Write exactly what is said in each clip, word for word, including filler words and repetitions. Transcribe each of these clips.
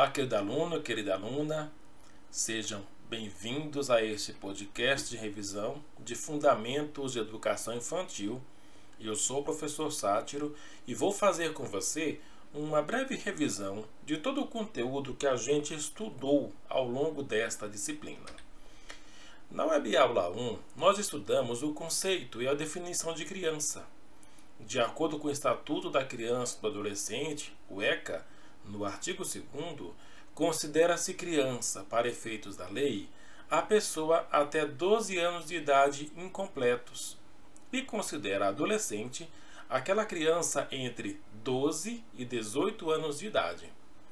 Olá, querido aluno, querida aluna, sejam bem-vindos a este podcast de revisão de Fundamentos de Educação Infantil. Eu sou o professor Sátiro e vou fazer com você uma breve revisão de todo o conteúdo que a gente estudou ao longo desta disciplina. Na web aula um, nós estudamos o conceito e a definição de criança. De acordo com o Estatuto da Criança e do Adolescente, o ECA, no artigo segundo, considera-se criança, para efeitos da lei, a pessoa até doze anos de idade incompletos e considera adolescente aquela criança entre doze e dezoito anos de idade.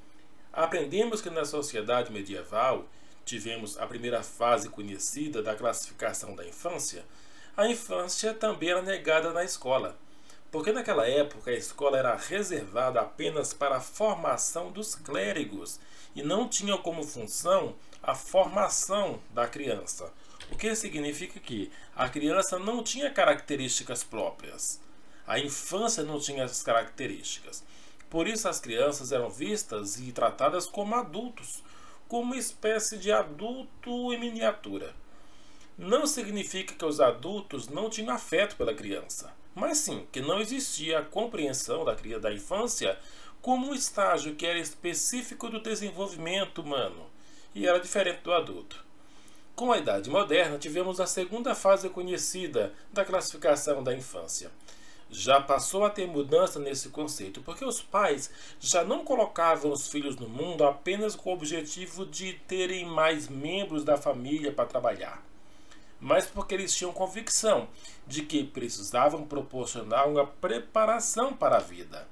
Aprendemos que na sociedade medieval tivemos a primeira fase conhecida da classificação da infância. A infância também era negada na escola, porque naquela época a escola era reservada apenas para a formação dos clérigos e não tinha como função a formação da criança, o que significa que a criança não tinha características próprias. A infância não tinha essas características. Por isso as crianças eram vistas e tratadas como adultos, como uma espécie de adulto em miniatura. Não significa que os adultos não tinham afeto pela criança, mas sim que não existia a compreensão da criança da infância como um estágio que era específico do desenvolvimento humano e era diferente do adulto. Com a Idade Moderna, tivemos a segunda fase conhecida da classificação da infância. Já passou a ter mudança nesse conceito, porque os pais já não colocavam os filhos no mundo apenas com o objetivo de terem mais membros da família para trabalhar, mas porque eles tinham convicção de que precisavam proporcionar uma preparação para a vida.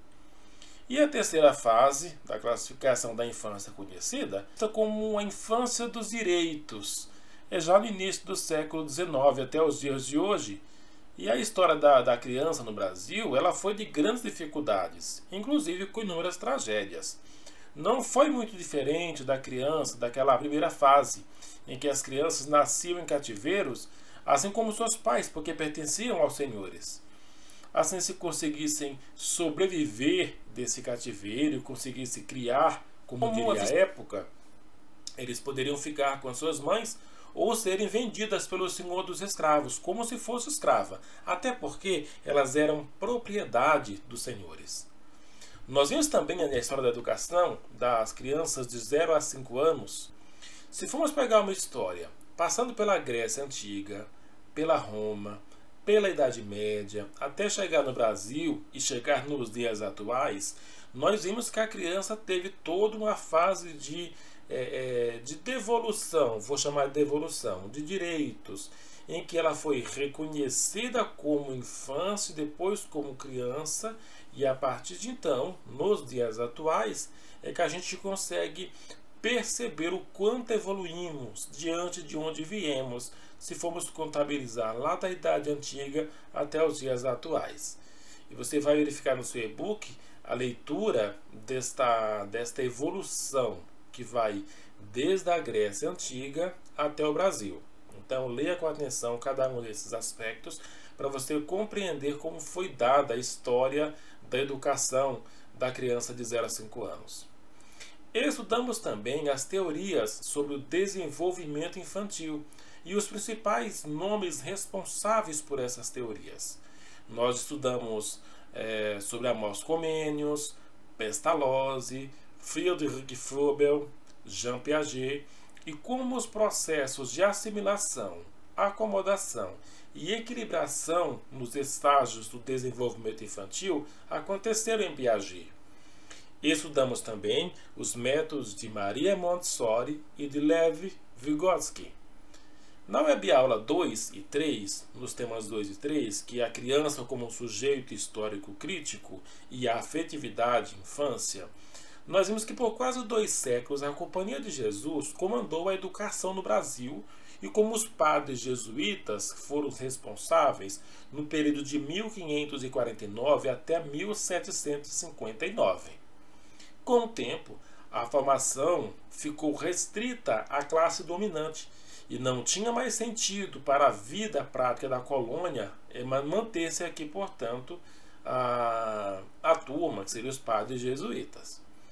E a terceira fase da classificação da infância conhecida é como a infância dos direitos. É já no início do século dezenove até os dias de hoje. E a história da, da criança no Brasil ela foi de grandes dificuldades, inclusive com inúmeras tragédias. Não foi muito diferente da criança daquela primeira fase, em que as crianças nasciam em cativeiros, assim como seus pais, porque pertenciam aos senhores. Assim, se conseguissem sobreviver desse cativeiro e conseguissem criar, como diria a época, eles poderiam ficar com as suas mães ou serem vendidas pelo senhor dos escravos, como se fosse escrava, até porque elas eram propriedade dos senhores. Nós vimos também na história da educação das crianças de zero a cinco anos. Se formos pegar uma história, passando pela Grécia Antiga, pela Roma, pela Idade Média, até chegar no Brasil e chegar nos dias atuais, nós vimos que a criança teve toda uma fase de, é, é, de devolução, vou chamar de devolução, de direitos, em que ela foi reconhecida como infância e depois como criança, e a partir de então, nos dias atuais, é que a gente consegue perceber o quanto evoluímos diante de onde viemos, se formos contabilizar lá da Idade Antiga até os dias atuais. E você vai verificar no seu e-book a leitura desta, desta evolução que vai desde a Grécia Antiga até o Brasil. Então leia com atenção cada um desses aspectos para você compreender como foi dada a história da educação da criança de zero a cinco anos. Estudamos também as teorias sobre o desenvolvimento infantil e os principais nomes responsáveis por essas teorias. Nós estudamos é, sobre Amos Comenius, Pestalozzi, Friedrich Froebel, Jean Piaget e como os processos de assimilação, acomodação e equilibração nos estágios do desenvolvimento infantil aconteceram em Piaget. Estudamos também os métodos de Maria Montessori e de Lev Vygotsky. Na web aula dois e três, nos temas dois e três, que é a criança como um sujeito histórico crítico e a afetividade infância, nós vimos que por quase dois séculos a Companhia de Jesus comandou a educação no Brasil e como os padres jesuítas foram os responsáveis no período de mil quinhentos e quarenta e nove até mil setecentos e cinquenta e nove. Com o tempo, a formação ficou restrita à classe dominante e não tinha mais sentido para a vida prática da colônia manter-se aqui, portanto, a, a turma, que seriam os padres jesuítas.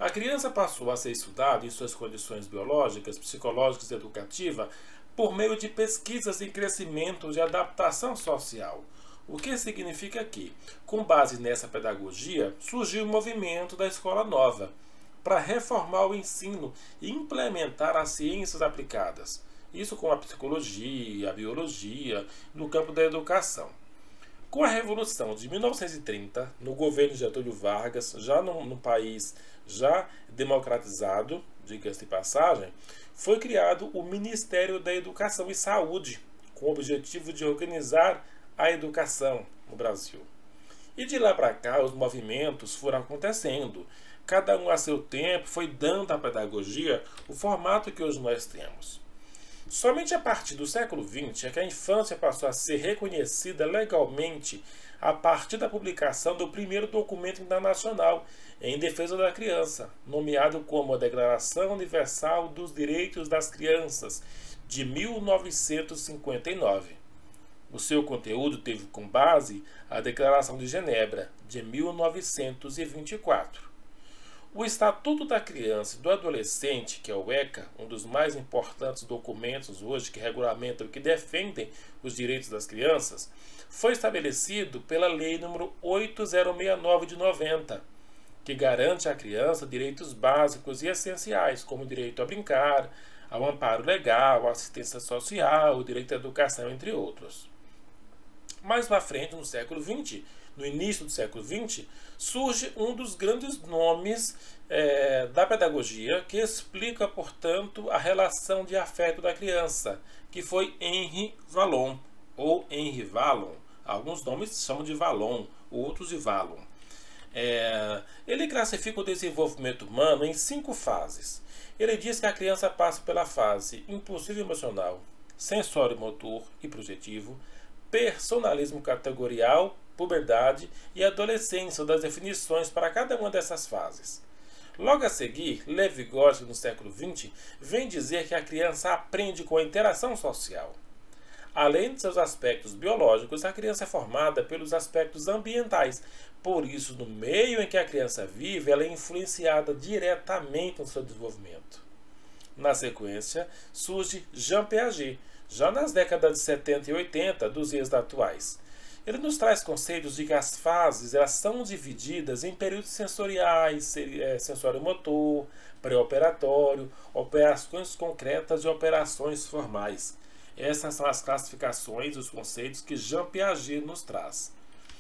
A criança passou a ser estudada em suas condições biológicas, psicológicas e educativas por meio de pesquisas em crescimento de adaptação social. O que significa que, com base nessa pedagogia, surgiu o movimento da Escola Nova, para reformar o ensino e implementar as ciências aplicadas. Isso com a psicologia, a biologia, no campo da educação. Com a Revolução de mil novecentos e trinta, no governo de Getúlio Vargas, já num, num país já democratizado, diga-se de passagem, foi criado o Ministério da Educação e Saúde, com o objetivo de organizar a educação no Brasil. E de lá para cá, os movimentos foram acontecendo. Cada um a seu tempo foi dando à pedagogia o formato que hoje nós temos. Somente a partir do século vinte é que a infância passou a ser reconhecida legalmente a partir da publicação do primeiro documento internacional em defesa da criança, nomeado como a Declaração Universal dos Direitos das Crianças, de mil novecentos e cinquenta e nove. O seu conteúdo teve como base a Declaração de Genebra, de mil novecentos e vinte e quatro. O Estatuto da Criança e do Adolescente, que é o ECA, um dos mais importantes documentos hoje que regulamentam e que defendem os direitos das crianças, foi estabelecido pela Lei número oito mil sessenta e nove de noventa, que garante à criança direitos básicos e essenciais, como o direito a brincar, ao amparo legal, à assistência social, o direito à educação, entre outros. Mais para frente, no século vinte, no início do século vinte, surge um dos grandes nomes é, da pedagogia que explica, portanto, a relação de afeto da criança, que foi Henri Vallon, ou Henri Vallon. Alguns nomes chamam de Vallon, outros de Vallon. É, ele classifica o desenvolvimento humano em cinco fases. Ele diz que a criança passa pela fase impulsivo emocional, sensório-motor e projetivo, personalismo categorial, puberdade e adolescência, das definições para cada uma dessas fases. Logo a seguir, Lev-Vygotsky, no século vinte, vem dizer que a criança aprende com a interação social. Além de seus aspectos biológicos, a criança é formada pelos aspectos ambientais. Por isso, no meio em que a criança vive, ela é influenciada diretamente no seu desenvolvimento. Na sequência, surge Jean Piaget, já nas décadas de setenta e oitenta dos dias atuais. Ele nos traz conceitos de que as fases elas são divididas em períodos sensoriais, sensório-motor, pré-operatório, operações concretas e operações formais. Essas são as classificações, os conceitos que Jean Piaget nos traz.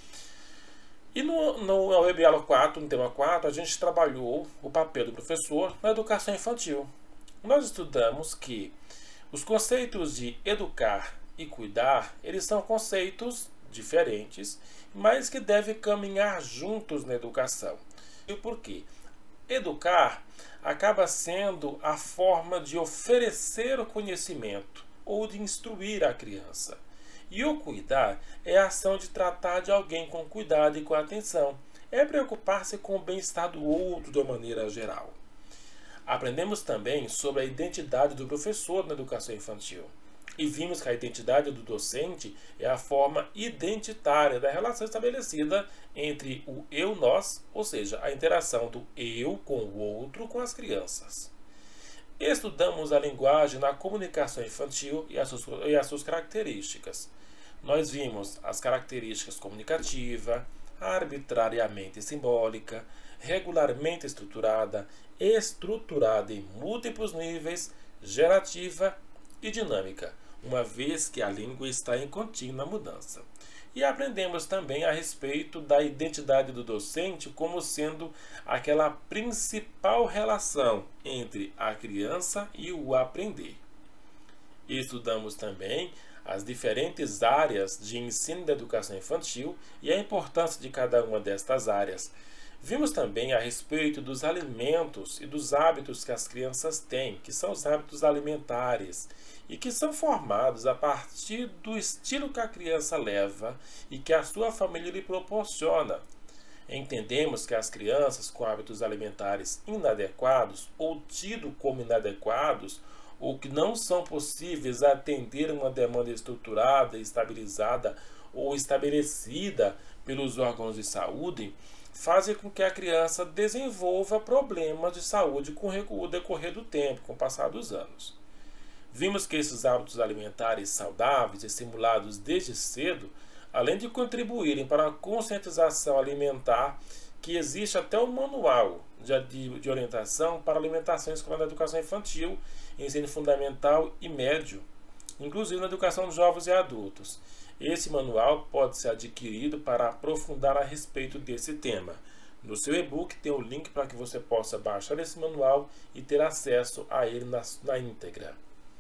E no, no U E B Aula quatro, no tema quatro, a gente trabalhou o papel do professor na educação infantil. Nós estudamos que os conceitos de educar e cuidar, eles são conceitos diferentes, mas que devem caminhar juntos na educação. E por quê? Educar acaba sendo a forma de oferecer o conhecimento ou de instruir a criança. E o cuidar é a ação de tratar de alguém com cuidado e com atenção. É preocupar-se com o bem-estar do outro de uma maneira geral. Aprendemos também sobre a identidade do professor na educação infantil. E vimos que a identidade do docente é a forma identitária da relação estabelecida entre o eu-nós, ou seja, a interação do eu com o outro com as crianças. Estudamos a linguagem na comunicação infantil e as suas, e as suas características. Nós vimos as características comunicativa, arbitrariamente simbólica, regularmente estruturada, estruturada em múltiplos níveis, gerativa e dinâmica, uma vez que a língua está em contínua mudança. E aprendemos também a respeito da identidade do docente como sendo aquela principal relação entre a criança e o aprender. Estudamos também as diferentes áreas de ensino da educação infantil e a importância de cada uma destas áreas. Vimos também a respeito dos alimentos e dos hábitos que as crianças têm, que são os hábitos alimentares, e que são formados a partir do estilo que a criança leva e que a sua família lhe proporciona. Entendemos que as crianças com hábitos alimentares inadequados ou tidos como inadequados, ou que não são possíveis atender uma demanda estruturada e estabilizada, ou estabelecida pelos órgãos de saúde fazem com que a criança desenvolva problemas de saúde com o decorrer do tempo, com o passar dos anos. Vimos que esses hábitos alimentares saudáveis, estimulados desde cedo, além de contribuírem para a conscientização alimentar, que existe até um manual de, de orientação para alimentação escolar na educação infantil, ensino fundamental e médio, inclusive na educação de jovens e adultos. Esse manual pode ser adquirido para aprofundar a respeito desse tema. No seu e-book tem o link para que você possa baixar esse manual e ter acesso a ele na, na íntegra.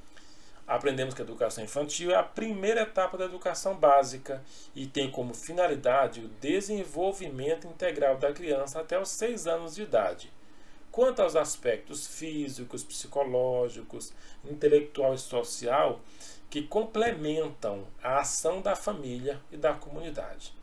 Aprendemos que a educação infantil é a primeira etapa da educação básica e tem como finalidade o desenvolvimento integral da criança até os seis anos de idade. Quanto aos aspectos físicos, psicológicos, intelectual e social, que complementam a ação da família e da comunidade.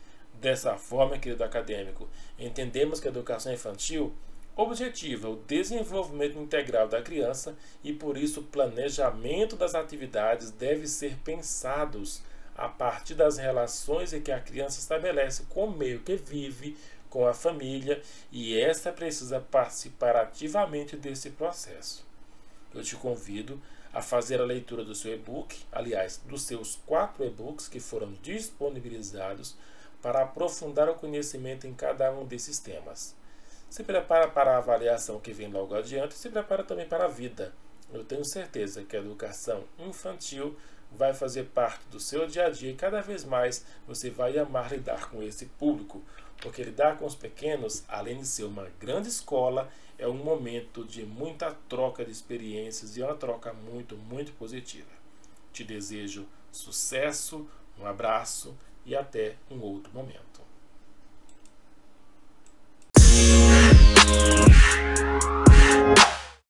Dessa forma, querido acadêmico, entendemos que a educação infantil objetiva o desenvolvimento integral da criança e, por isso, o planejamento das atividades deve ser pensados a partir das relações em que a criança estabelece com o meio que vive, com a família, e esta precisa participar ativamente desse processo. Eu te convido a fazer a leitura do seu e-book, aliás, dos seus quatro e-books que foram disponibilizados para aprofundar o conhecimento em cada um desses temas. Se prepara para a avaliação que vem logo adiante e se prepara também para a vida. Eu tenho certeza que a educação infantil vai fazer parte do seu dia a dia e cada vez mais você vai amar lidar com esse público, porque lidar com os pequenos, além de ser uma grande escola, é um momento de muita troca de experiências e uma troca muito, muito positiva. Te desejo sucesso, um abraço e até um outro momento.